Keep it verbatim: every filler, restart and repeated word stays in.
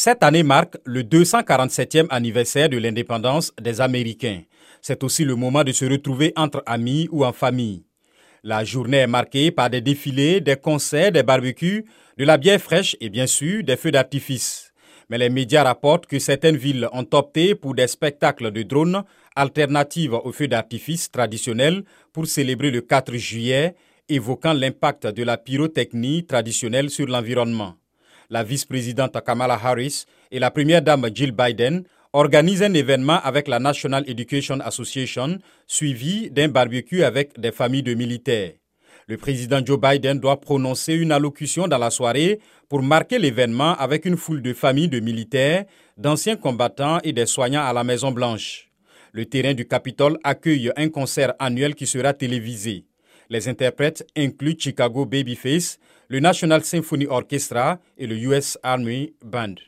Cette année marque le deux cent quarante-septième anniversaire de l'indépendance des Américains. C'est aussi le moment de se retrouver entre amis ou en famille. La journée est marquée par des défilés, des concerts, des barbecues, de la bière fraîche et bien sûr des feux d'artifice. Mais les médias rapportent que certaines villes ont opté pour des spectacles de drones alternatives aux feux d'artifice traditionnels pour célébrer le quatre juillet, évoquant l'impact de la pyrotechnie traditionnelle sur l'environnement. La vice-présidente Kamala Harris et la première dame Jill Biden organisent un événement avec la National Education Association, suivi d'un barbecue avec des familles de militaires. Le président Joe Biden doit prononcer une allocution dans la soirée pour marquer l'événement avec une foule de familles de militaires, d'anciens combattants et des soignants à la Maison-Blanche. Le terrain du Capitole accueille un concert annuel qui sera télévisé. Les interprètes incluent Chicago Babyface, le National Symphony Orchestra et le U S Army Band.